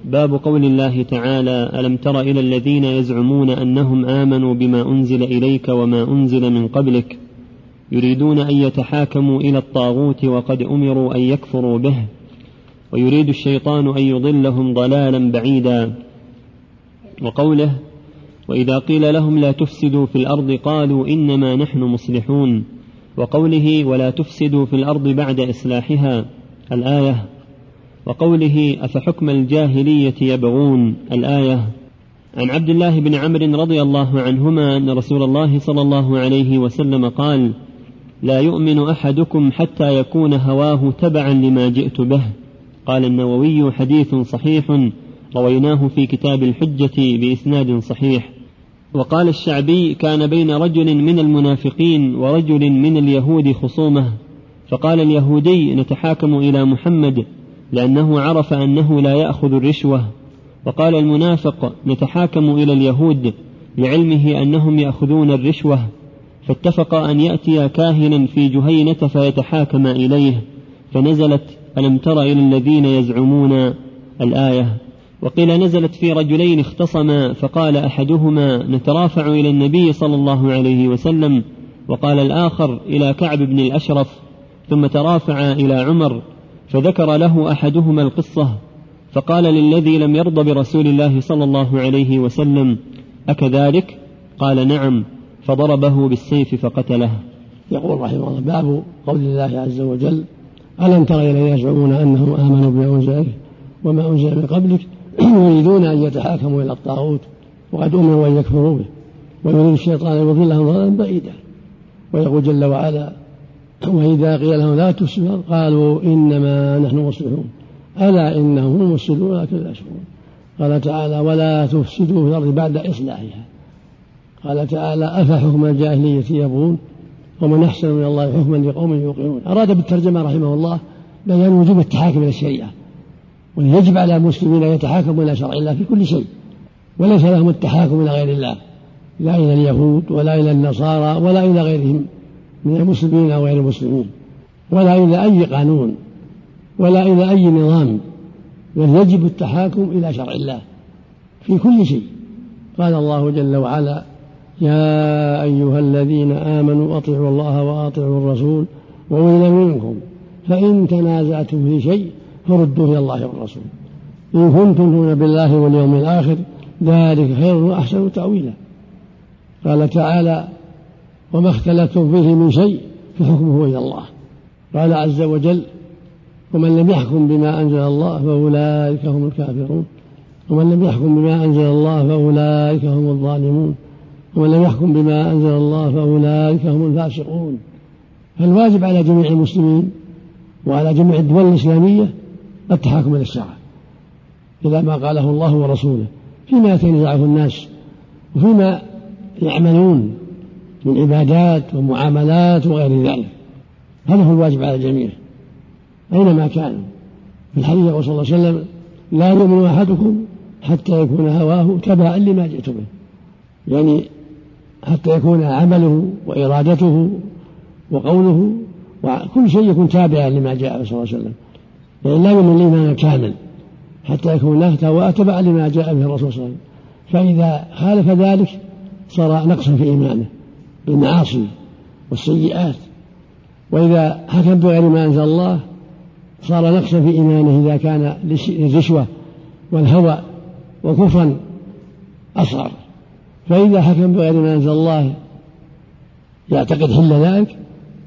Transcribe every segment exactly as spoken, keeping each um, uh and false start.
باب قول الله تعالى: ألم تر إلى الذين يزعمون أنهم آمنوا بما أنزل إليك وما أنزل من قبلك يريدون أن يتحاكموا إلى الطاغوت وقد أمروا أن يكفروا به ويريد الشيطان أن يضلهم ضلالا بعيدا. وقوله: وإذا قيل لهم لا تفسدوا في الأرض قالوا إنما نحن مصلحون. وقوله: ولا تفسدوا في الأرض بعد إصلاحها الآية. وقوله: أفحكم الجاهلية يبغون الآية. عن عبد الله بن عمرو رضي الله عنهما أن رسول الله صلى الله عليه وسلم قال: لا يؤمن أحدكم حتى يكون هواه تبعا لما جئت به. قال النووي: حديث صحيح رويناه في كتاب الحجة بإسناد صحيح. وقال الشعبي: كان بين رجل من المنافقين ورجل من اليهود خصومة، فقال اليهودي: نتحاكم إلى محمد لأنه عرف أنه لا يأخذ الرشوة. وقال المنافق: نتحاكم إلى اليهود لعلمه أنهم يأخذون الرشوة. فاتفق أن يأتي كاهنا في جهينة فيتحاكم إليه، فنزلت: ألم تر إلى الذين يزعمون الآية. وقيل نزلت في رجلين اختصما، فقال أحدهما: نترافع إلى النبي صلى الله عليه وسلم، وقال الآخر إلى كعب بن الأشرف، ثم ترافع إلى عمر، فذكر له أحدهما القصة، فقال للذي لم يرضى برسول الله صلى الله عليه وسلم: أكذلك؟ قال: نعم، فضربه بالسيف فقتله. يقول رحمه الله: باب قول الله عز وجل: ألم تر إلى الذين يزعمون أنهم آمنوا بما أنزل إليك وما أنزل من قبلك يريدون أن يتحاكموا إلى الطاغوت وقد أمروا أن يكفروا به ويريد الشيطان أن يضلهم ضلالا بعيدا. ويقول جل وعلا: وإذا قيل لهم لا تفسدوا قالوا إنما نحن مصلحون ألا إنهم هم المفسدون لكن لا يشعرون. قال تعالى: ولا تفسدوا في الأرض بعد إصلاحها. قال تعالى: أفحكم الجاهلية يبغون ومن أحسن من الله حكما لقوم يوقنون. أراد بالترجمة رحمه الله بيان وجوب التحاكم إلى الشريعة، ويجب على المسلمين أن يتحاكموا إلى شرع الله في كل شيء، وليس لهم التحاكم إلى غير الله، لا إلى اليهود ولا إلى النصارى ولا إلى غيرهم من المسلمين أو غير المسلمين، ولا إلى أي قانون ولا إلى أي نظام، بل يجب التحاكم إلى شرع الله في كل شيء. قال الله جل وعلا: يا أيها الذين آمنوا أطيعوا الله وأطيعوا الرسول وأولي الأمر منكم فإن تنازعتم في شيء فردوه إلى الله والرسول إن كنتم تؤمنون بالله واليوم الآخر ذلك خير وأحسن تأويلا. قال تعالى: وما اختلفتم فيه من شيء فحكمه إلى الله. قال عز وجل: ومن لم يحكم بما أنزل الله فأولئك هم الكافرون ومن لم يحكم بما أنزل الله فأولئك هم الظالمون ومن لم يحكم بما أنزل الله فأولئك هم الفاسقون. فالواجب على جميع المسلمين وعلى جميع الدول الإسلامية التحاكم إلى الشرع إلى ما قاله الله ورسوله فيما يتنازعه الناس وفيما يعملون من عبادات ومعاملات وغير ذلك. هذا هو الواجب على الجميع أينما كانوا. في الحديث صلى الله عليه وسلم: لا يؤمن أحدكم حتى يكون هواه تبعا لما جئت به، يعني حتى يكون عمله وإرادته وقوله وكل شيء يكون تابعا لما جاء صلى الله عليه وسلم، يعني لا يؤمن الإيمان الكامل حتى يكون هواه تبعا لما جاء به الرسول صلى الله عليه وسلم. فإذا خالف ذلك صار نقصا في إيمانه بالمعاصي والسيئات، وإذا حكم بغير ما أنزل الله صار نقصا في إيمانه إذا كان للرشوة والهوى وكفرا أصغر. فإذا حكم بغير ما أنزل الله يعتقد حل ذلك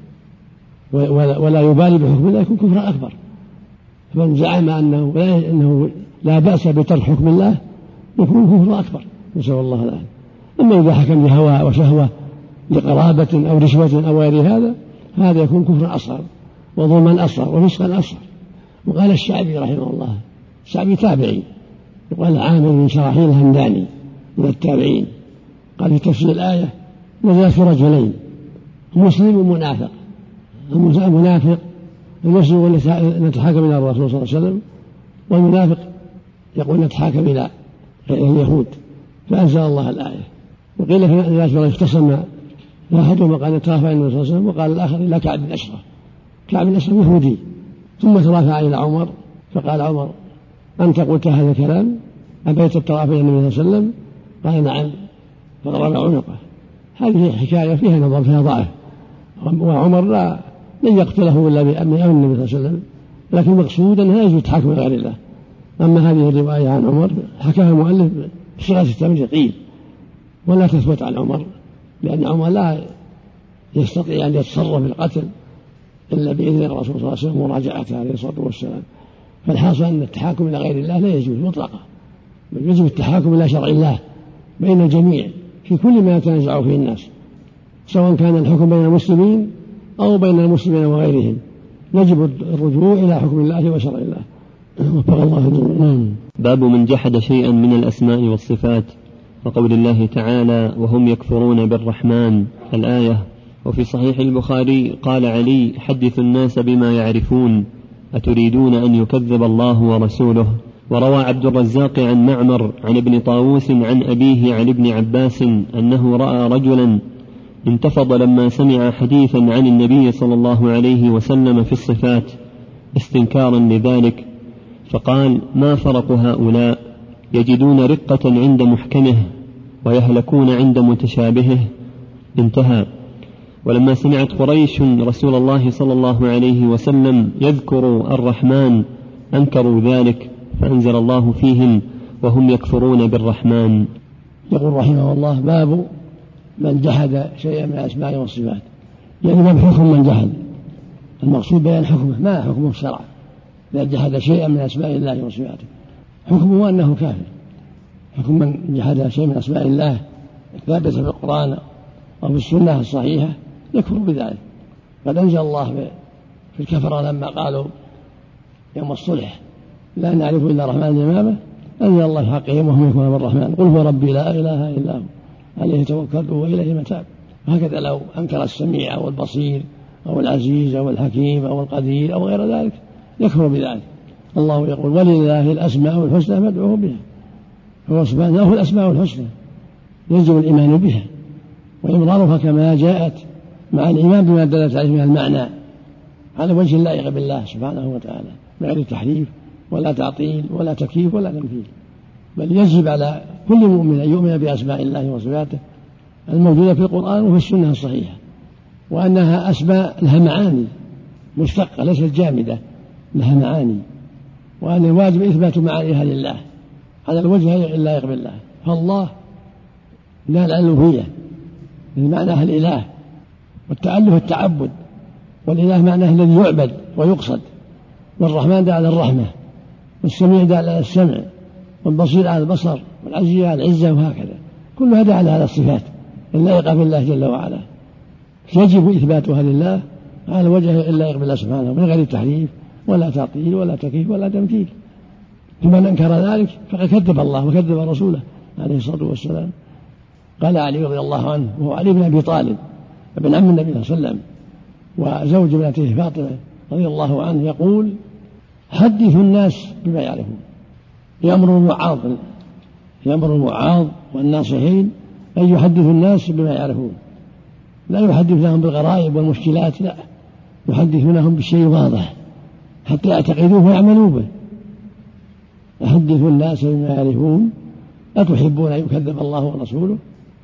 ولا يبالي بحكم الله يكون كفرا أكبر. فمن زعم أنه لا, أنه لا بأس بترك حكم الله يكون كفرا أكبر، نسأل الله العافية. أما إذا حكم بهوى وشهوة لقرابة أو رشوة أو غير هذا هذا يكون كفرا أصغر وظلما أصغر وفسقا أصغر. وقال الشعبي رحمه الله، الشعبي تابعي، وقال عامر بن شراحيل الهمداني من التابعين، قال في تفسير الآية: نزلت في رجلين مسلم ومنافق. المنافق المسلم نتحاكم إلى الرسول صلى الله عليه وسلم، والمنافق يقول نتحاكم إلى اليهود، فأنزل الله الآية. وقيل في ذلك اختصم أحدهما قال نترافع إلى النبي صلى الله عليه وسلم، وقال الآخر إلى كعب بن أشرف. كعب بن أشرف يهودي، ثم ترافع إلى عمر، فقال عمر أنت قلت هذا الكلام أبيت الطواف إلى النبي صلى الله عليه وسلم؟ قال نعم، فضرب عنقه. هذه حكاية فيها نظر، فيها ضعف، وعمر لا لن يقتله إلا بأمر أمر النبي صلى الله عليه وسلم، لكن مقصود أنها يجوز التحاكم إلى غير الله. أما هذه الرواية عن عمر حكاها المؤلف بصيغة التمريض قيل، ولا تثبت عن عمر، لأن عمر لا يستطيع أن يتصرف بالقتل إلا بإذن الرسول صلى الله عليه وسلم ومراجعته عليه الصلاة والسلام. فالحاصل أن التحاكم إلى غير الله لا يجوز مطلقا، بل يجب التحاكم إلى شرع الله بين الجميع في كل ما يتنازع فيه الناس، سواء كان الحكم بين المسلمين أو بين المسلمين وغيرهم، يجب الرجوع إلى حكم الله وشرع الله. وفق الله الجميع. باب من جحد شيئا من الأسماء والصفات، وقول الله تعالى وهم يكفرون بالرحمن الآية. وفي صحيح البخاري قال علي حدث الناس بما يعرفون أتريدون أن يكذب الله ورسوله. وروى عبد الرزاق عن معمر عن ابن طاووس عن أبيه عن ابن عباس أنه رأى رجلا انتفض لما سمع حديثا عن النبي صلى الله عليه وسلم في الصفات استنكارا لذلك، فقال ما فرق هؤلاء، يجدون رقة عند محكمه ويهلكون عند متشابهه. انتهى. ولما سمعت قريش رسول الله صلى الله عليه وسلم يذكر الرحمن أنكروا ذلك، فأنزل الله فيهم وهم يكفرون بالرحمن. يقول رحمه الله باب من جحد شيئا من الأسماء والصفات، يعني ما بحكم من جحد، المقصود بيان حكمه، ما حكمه الشرع. إذا جحد شيئا من أسماء الله وصفاته حكمه أنه كافر. حكم من جحد شيئا من أسماء الله ثابت في القرآن أو في السنة الصحيحة يكفر بذلك. قد أنزل الله في الكفرة لما قالوا يوم الصلح لا نعرف إلا الرحمن الإمامة، أنزل الله في حقهم وهم يكفرون بالرحمن قل هو ربي لا إله إلا هو عليه توكلت وإليه متاب. وهكذا لو أنكر السميع أو البصير أو العزيز أو الحكيم أو القدير أو غير ذلك يكفر بذلك. الله يقول ولله الأسماء الحسنى فادعوه بها، هو سبحانه له الأسماء الحسنى يجب الإيمان بها وإمرارها كما جاءت مع الإيمان بما دلت عليه من المعنى على وجه اللائق بالله سبحانه وتعالى، بغير تحريف ولا تعطيل ولا تكييف ولا تمثيل. بل يجب على كل مؤمن أن يؤمن بأسماء الله وصفاته الموجودة في القرآن وفي السنة الصحيحة، وأنها أسماء لها معاني مشتقة ليست جامدة، لها معاني، وأن الواجب إثبات معانيها لله على الوجه اللائق بالله. فالله لا الألوهية معناها الإله، والتأله التعبد، والإله معناه الذي يعبد ويقصد، والرحمن دعا على الرحمة، والسميع دعا على السمع، والبصير على البصر، والعزيز على العزة، وهكذا كل هذا على الصفات اللائقة بالله جل وعلا، يجب إثباتها لله على الوجه اللائق بالله سبحانه من غير تحريف ولا تعطيل ولا تكييف ولا تمثيل. فمن أنكر ذلك فقد كذب الله وكذب رسوله عليه الصلاة والسلام. قال علي رضي الله عنه وهو علي بن أبي طالب ابن عم النبي صلى الله عليه وسلم وزوج ابنته فاطمة رضي الله عنه يقول حدثوا الناس بما يعرفون، يأمر المعاظ يأمر المعاظ والناصحين أن يحدثوا الناس بما يعرفون، لا يحدث لهم بالغرائب والمشكلات، لا يحدثونهم بالشيء واضح حتى يعتقدوه ويعملوا به. يحدثوا الناس بما يعرفون أتحبون أن يكذب الله ورسوله،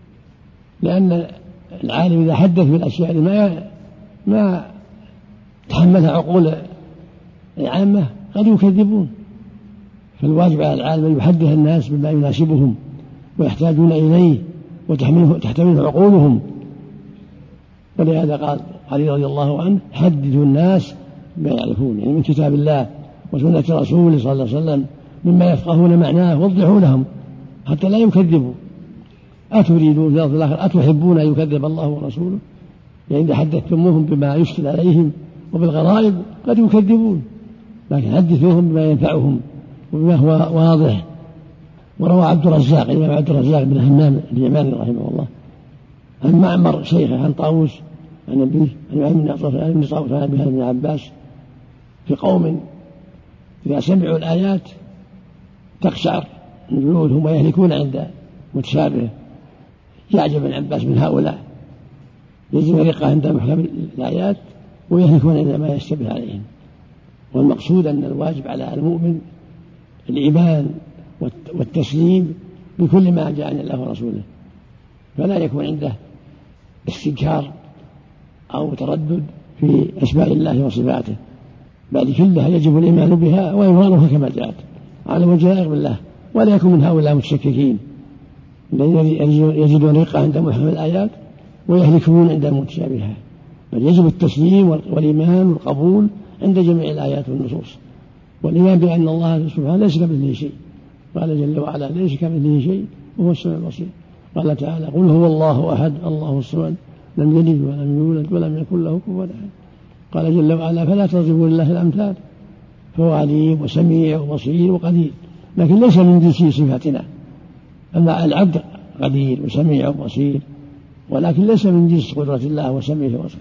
لأن العالم إذا حدث بالأشياء ما ما تحملها عقول العامة قد يكذبون. فالواجب على العالم أن يحدث الناس بما يناسبهم ويحتاجون إليه وتحتمله عقولهم. ولهذا قال علي رضي الله عنه حدثوا الناس بما يعرفون، يعني من كتاب الله وسنة رسوله صلى الله عليه وسلم مما يفقهون معناه وضحوا لهم حتى لا يكذبوا. أتريدون أتحبون أن يكذب الله ورسوله، يعني إذا حدثتموهم بما يشكل عليهم وبالغرائب قد يكذبون، لكن حدثوهم بما ينفعهم وبما هو واضح. وروى عبد الرزاق الإمام عبد الرزاق بن همام اليماني رحمه الله عن معمر شيخه عن طاووس عن أبيه عن ابن طاووس عن أبيه بن عباس في قوم إذا سمعوا الآيات تقشعر من جلودهم ويهلكون عند متشابه. يعجب ابن عباس من هؤلاء يجب رقة عند محكم الآيات ويهلكون عندما يشتبه عليهم. والمقصود أن الواجب على المؤمن الإيمان والتسليم بكل ما جاء الله ورسوله، فلا يكون عنده استنكار أو تردد في أسماء الله وصفاته، بل كلها يجب الإيمان بها وإبرارها كما جاءت على وجه لا يغفر الله، ولا يكون من هؤلاء المتشككين الذين يجدون رقة عند محكم الآيات ويهلكون عند المتشابهات، بل يجب التسليم والإيمان والقبول عند جميع الآيات والنصوص، والإيمان بأن الله سبحانه ليس كمثله شيء، قال جل وعلا ليس كمثله شيء وهو السميع البصير. قال تعالى قل هو الله أحد الله الصمد لم يلد ولم يولد ولم يكن له كفوا أحد. قال جل وعلا فلا تضربوا لله الأمثال فهو عليم وسميع وبصير وقدير، لكن ليس من جنس صفاتنا، أما العبد قدير وسميع وبصير، ولكن ليس من جنس قدرة الله وسمعه وبصره.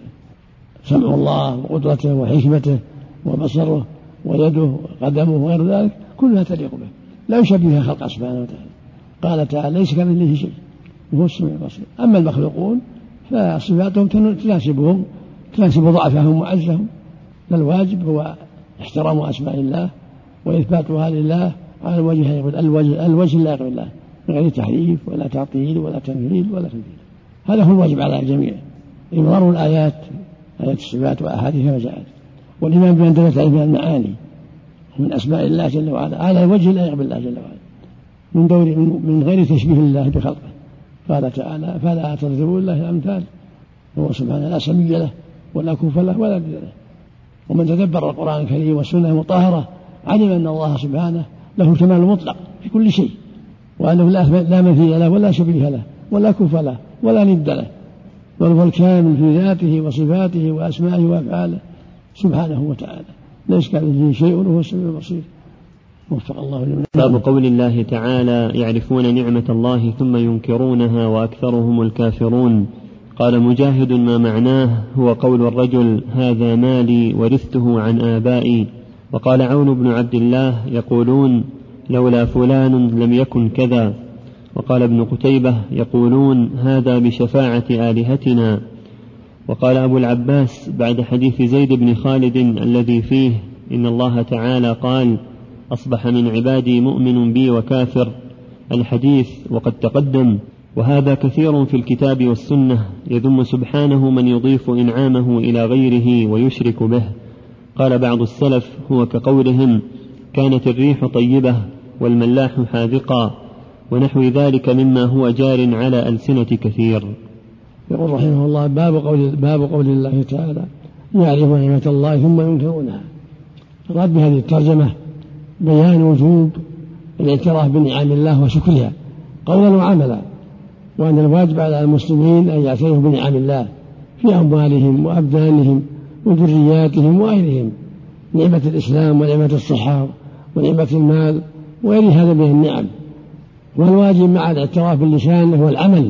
سمع الله وقدرته وحكمته وبصره ويده وقدمه وغير ذلك كلها تليق به، لا يشبهها خلق سبحانه وتعالى. قال تعالى ليس كمثله شيء وهو السميع البصير. أما المخلوقون فصفاتهم تناسبهم تناسب ضعفهم وعجزهم، فالواجب هو احترام أسماء الله وإثباتها لله على الوجه الوجه الوجه لا غير الله، من غير تحريف ولا تعطيل ولا تمثيل ولا تمثيل. هذا هو الواجب على الجميع، إمرار الآيات آيات الصفات وأحاديثها ما جاءت، والإيمان بأن دلت عليه من المعاني ومن أسماء الله جل وعلا على الوجه لا يغفر الله جل وعلا، من دور من غير تشبيه الله بخلقه. قال تعالى فلا تضربوا لله الأمثال هو سبحانه لا سمي له ولا كوف له ولا ند له. ومن تدبر القرآن الكريم والسنة المطهرة علم أن الله سبحانه له الكمال المطلق في كل شيء، وأنه لا مثيل له ولا شبيه له ولا كوف له ولا ند له، بل هو الكامل في ذاته وصفاته وأسمائه وأفعاله سبحانه وتعالى، ليس كمثله شيء وهو السميع البصير. وفق الله لمن. باب قول الله تعالى يعرفون نعمة الله ثم ينكرونها وأكثرهم الكافرون. قال مجاهد ما معناه هو قول الرجل هذا مالي ورثته عن آبائي. وقال عون بن عبد الله يقولون لولا فلان لم يكن كذا. وقال ابن قتيبة يقولون هذا بشفاعة آلهتنا. وقال أبو العباس بعد حديث زيد بن خالد الذي فيه إن الله تعالى قال أصبح من عبادي مؤمن بي وكافر الحديث وقد تقدم، وهذا كثير في الكتاب والسنة يذم سبحانه من يضيف إنعامه إلى غيره ويشرك به. قال بعض السلف هو كقولهم كانت الريح طيبة والملاح حاذقا ونحو ذلك مما هو جار على ألسنة كثير. يقول رحمه الله باب قول, باب قول الله تعالى يعرفون نعمة الله ثم ينكرونها. رد بهذه الترجمة بيان وجوب الاعتراف بنعم الله وشكرها قولا وعملا، وأن الواجب على المسلمين أن يعترفوا بنعم الله في أموالهم وأبدانهم وذرياتهم وغيرهم، نعمة الإسلام ونعمة الصحة ونعمة المال وغير هذا من النعم. والواجب مع الاعتراف باللسان هو العمل،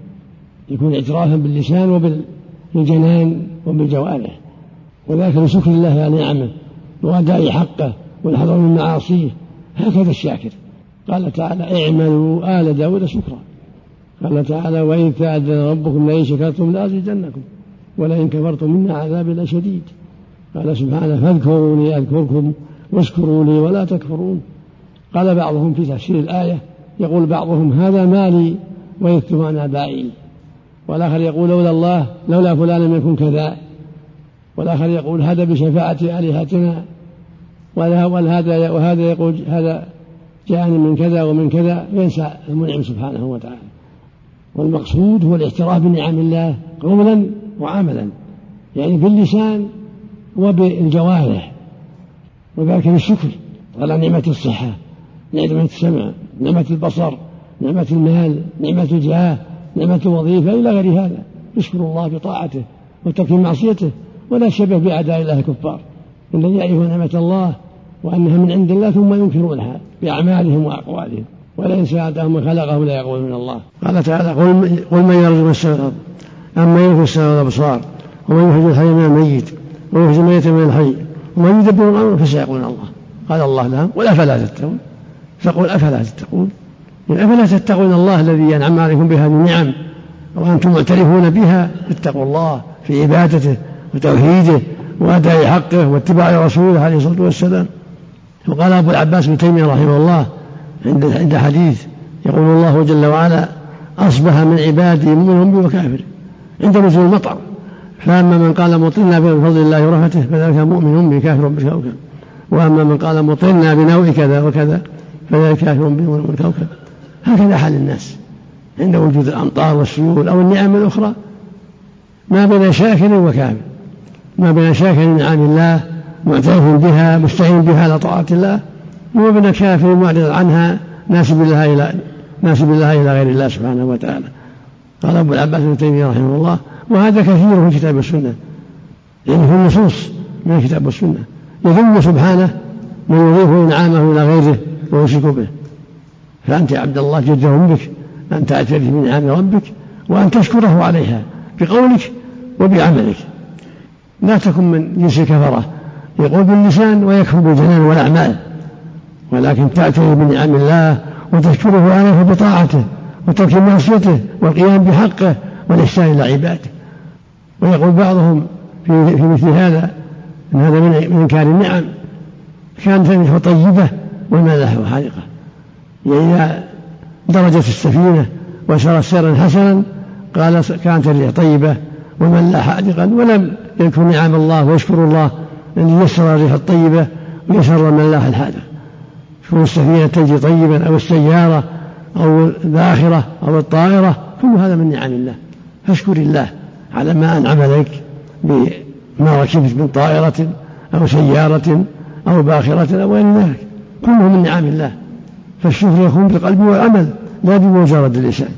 يكون اعترافا باللسان وبالجنان وبالجوارح، وذلك بشكر الله على نعمه وأداء حقه والحذر من معاصيه، هكذا الشاكر. قال تعالى اعملوا آل داود شكرا. قال تعالى وإن تأذن ربكم لئن شكرتم لأزيدنكم ولئن كفرتم إن عذابي لشديد. قال سبحانه فاذكروني أذكركم واشكروا لي ولا تكفرون. قال بعضهم في تفسير الآية يقول بعضهم هذا مالي ويكتب عن آبائي، والآخر يقول لولا الله لولا فلان لم يكن كذا، والآخر يقول هذا بشفاعة آلهتنا، وهذا وهذا يقول هذا جاءني من كذا ومن كذا، ينسى المنعم سبحانه وتعالى. والمقصود هو الاعتراف بنعم الله قولا وعملا، يعني باللسان وبالجوارح، وذلك بالشكر على نعمة الصحة، نعمة السمع، نعمة البصر، نعمة المال، نعمة الجاه، نعمة الوظيفة إلى غير هذا. يشكر الله بطاعته وترك معصيته، ولا شبه بأعداء الله الكفار الذين يعرفون نعمة الله وأنها من عند الله ثم ينكرونها بأعمالهم وأقوالهم، ولئن سألتهم من خلقه لا يقولون من الله. قال تعالى قل من يرزق السماء أما يملك السماء والأبصار ومن يخرج الحي من الميت ويخرج الميت من الحي ومن يدبر الأمر فسيقولون الله. قال الله لهم قل أفلا تتقون. فقل أفلا تتقون، أفلا تتقون الله الذي ينعم عليكم بهذه النعم وأنتم معترفون بها، اتقوا الله في عبادته وتوحيده وأداء حقه واتباع رسوله عليه الصلاة والسلام. وقال أبو العباس بن تيمية رحمه الله عند حديث يقول الله جل وعلا أصبح من عبادي مؤمن بي وكافر عند نزول المطر، فأما من قال مطرنا بفضل الله ورحمته فذلك مؤمن بي كافر بالكوكب، وأما من قال مطرنا بنوع كذا وكذا فذلك كافر بي مؤمن بالكوكب. هكذا حال الناس عند وجود الأمطار والسيول أو النعم الأخرى، ما بين شاكر وكافر، ما بين شاكر نعم الله معترف بها مستعين بها على طاعة الله، وما بين كافر معرض عنها ناسب الله إلى ناسب الله إلى غير الله سبحانه وتعالى. قال أبو العباس بن تيمية رحمه الله، وهذا كثير في الكتاب والسنة، يعني في النصوص من الكتاب والسنة يذم سبحانه من يضيف إنعامه إلى غيره ويشرك به. فأنت يا عبد الله جدر بك أن تعترف بنعم ربك وأن تشكره عليها بقولك وبعملك، لا تكن من جنس الكفرة يقول باللسان ويكفر بالجنان والأعمال، ولكن تعترف بنعم الله وتشكره عليه بطاعته وترك معصيته والقيام بحقه والإحسان إلى عباده. ويقول بعضهم في, في مثل هذا أن هذا من إنكار النعم، كانت الريح طيبة والملاح حارقة، يعني إذا درجت السفينة وسرت سيرا حسنا قال كانت الريح طيبة والملاح حارقا، ولم يذكر نعم الله ويشكر الله الذي يسر الريح الطيبة ويسر الملاح الحارق. تكون السفينة تجري طيبا أو السيارة أو الباخرة أو الطائرة، كل هذا من نعم الله، فاشكر الله على ما أنعم عليك بما ركبت من طائرة أو سيارة أو باخرة أو غير ذلك، كله من نعم الله. فالشكر يكون بالقلب والعمل لا بمجرد اللسان.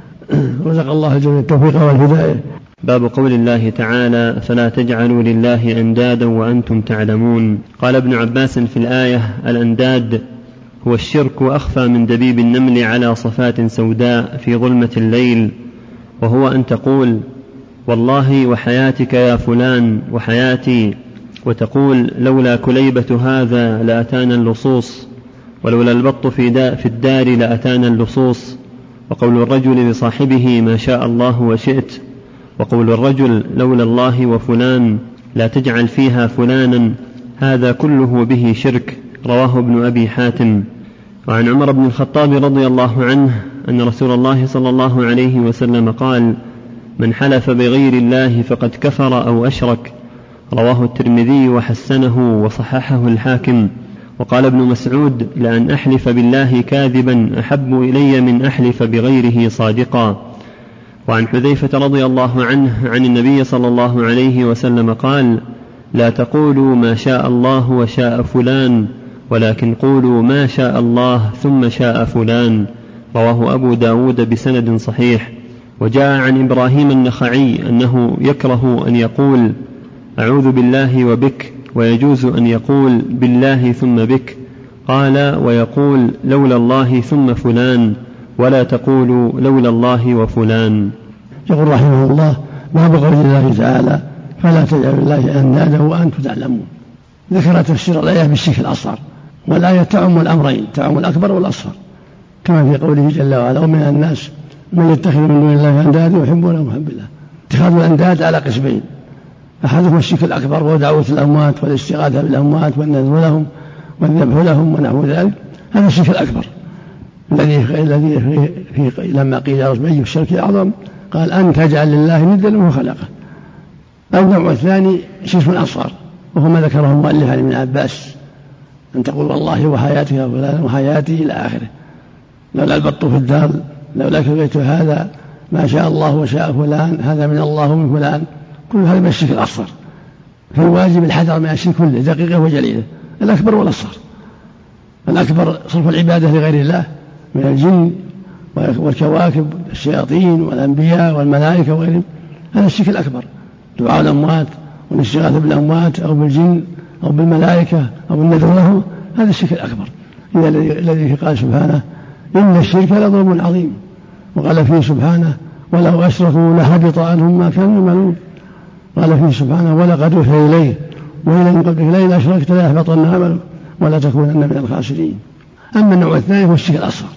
رزق الله الجميع التوفيق والهداية. باب قول الله تعالى فلا تجعلوا لله أندادا وأنتم تعلمون. قال ابن عباس في الآية الأنداد هو الشرك أخفى من دبيب النمل على صفات سوداء في ظلمة الليل، وهو أن تقول والله وحياتك يا فلان وحياتي، وتقول لولا كليبة هذا لأتانا اللصوص، ولولا البط في, في الدار لأتانا اللصوص، وقول الرجل لصاحبه ما شاء الله وشئت، وقول الرجل لولا الله وفلان لا تجعل فيها فلانا، هذا كله به شرك. رواه ابن أبي حاتم. وعن عمر بن الخطاب رضي الله عنه أن رسول الله صلى الله عليه وسلم قال من حلف بغير الله فقد كفر أو أشرك. رواه الترمذي وحسنه وصححه الحاكم. وقال ابن مسعود لأن أحلف بالله كاذبا أحب إلي من أحلف بغيره صادقا. وعن حذيفة رضي الله عنه عن النبي صلى الله عليه وسلم قال لا تقولوا ما شاء الله وشاء فلان، ولكن قولوا ما شاء الله ثم شاء فلان. رواه أبو داود بسند صحيح. وجاء عن إبراهيم النخعي أنه يكره أن يقول أعوذ بالله وبك، ويجوز أن يقول بالله ثم بك. قال ويقول لولا الله ثم فلان، ولا تقولوا لولا الله وفلان. يقول رحمه الله باب قول الله تعالى فلا تجعلوا الله أندادا وأنتم تعلمون. ذكر تفسير الآية بالشرك الأصغر، والآية تعم الأمرين، تعم الأكبر والأصغر، كما في قوله جل وعلا ومن الناس من يتخذ من دون الله أندادا يحبونه ويحب الله. اتخاذ الأنداد على قسمين، أحدهما الشرك الأكبر وهو دعوة الأموات والاستغاثة بالأموات والنذر لهم والذبح لهم ونحو ذلك، هذا الشرك الأكبر الذي الذي في لما قيل رسمي الشرك الأعظم قال أن تجعل لله ندا وهو خلقه. النوع الثاني شرك أصغر وهو ما ذكره المؤلف عن ابن عباس أن تقول والله وحياتك فلان وحياتي إلى آخره، لولا البط في الدار لولا كليبة هذا ما شاء الله وشاء فلان هذا من الله ومن فلان، كل هذا من الشرك الأصغر. فالواجب الحذر من الشرك كله دقيقه وجليله، الأكبر والأصغر. الأكبر صرف العبادة لغير الله من الجن والكواكب الشياطين والأنبياء والملائكة وغيرهم، هذا الشرك الأكبر، دعاء الأموات والاستغاثة بالأموات أو بالجن أو بالملائكة أو النذر لهم، هذا الشرك الأكبر الذي قال سبحانه إن الشرك لظلم عظيم. وقال فيه سبحانه ولو أشركوا لحبط عنهم ما كانوا يعملون. قال فيه سبحانه ولقد أوحي إليه وإلى من قبلك لئن أشركت ليحبطن عملك ولا تكونن من الخاسرين. أما النوع الثاني هو الشرك الأصغر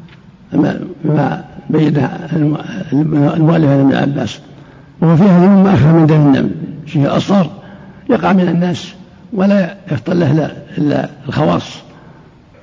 ما بين المؤلف عن ابن عباس، وهو في هذا مما أخفى من دم النمل. الشرك الأصغر يقع من الناس ولا يختل له إلا الخواص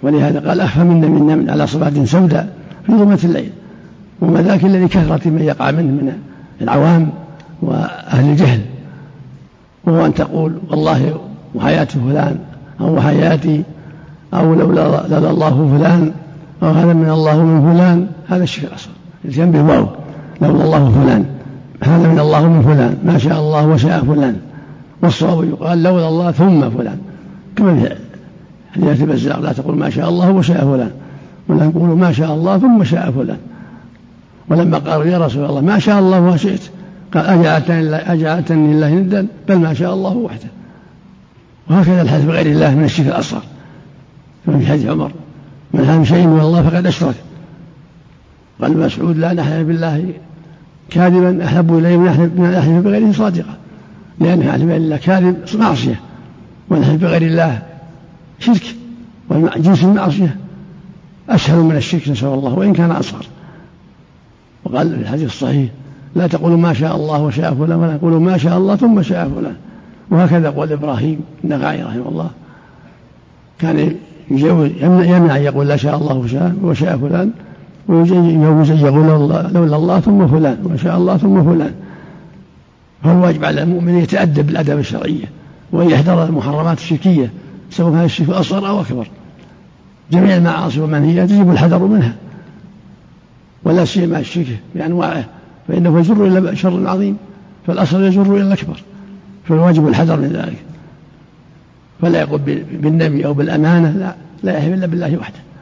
ولهذا قال أخفى منا من نمل على صفحة سوداء في ظلمة الليل. وما ذاك الذي كثرة من يقع منه من العوام وأهل الجهل، وهو أن تقول والله وحياة فلان أو وحياتي أو لولا لولا الله فلان أو هذا من الله من فلان، هذا الشرك الأصغر. الجنب واو لولا الله فلان، هذا من الله من فلان، ما شاء الله وشاء فلان. والصواب يقال لولا الله ثم فلان، كما في حديث البزار لا تقول ما شاء الله وشاء فلان، ولا نقول ما شاء الله ثم شاء فلان. ولما قالوا يا رسول الله ما شاء الله وشئت، قال أجعلتني لله ندا، بل ما شاء الله وحده. وهكذا الحلف بغير الله من الشرك الأصغر، كما في حديث عمر من حلف شيء من الله فقد أشرك. قال مسعود لا نحلف بالله كاذبا أحب إليه من الحلف بغيره صادقا، لأن الحلف بغير الله كاذب معصية، والحلف بغير الله شرك، وجنس المعصية أسهل من الشرك نسأل الله وإن كان أصغر. وقال في الحديث الصحيح لا تقولوا ما شاء الله وشاء فلان، ولا تقولوا ما شاء الله ثم شاء فلان. وهكذا قول إبراهيم النخعي رحمه الله كان يمنع يقول لا شاء الله وشاء فلان، ويجوز يقول لولا الله ثم فلان وشاء الله ثم فلان. فهو واجب على المؤمن يتأدب بالأدب الشرعية وأن يحذر المحرمات الشركية سواء كان الشرك أصغر أو أكبر. جميع المعاصي والمنهيات يجب الحذر منها، ولا سيما الشرك بأنواعه، فإنه يجر إلى شر عظيم، فالأصل يجر إلى الأكبر، فالواجب الحذر من ذلك. فلا يقول بالنبي أو بالأمانة، لا لا يحلف إلا بالله وحده.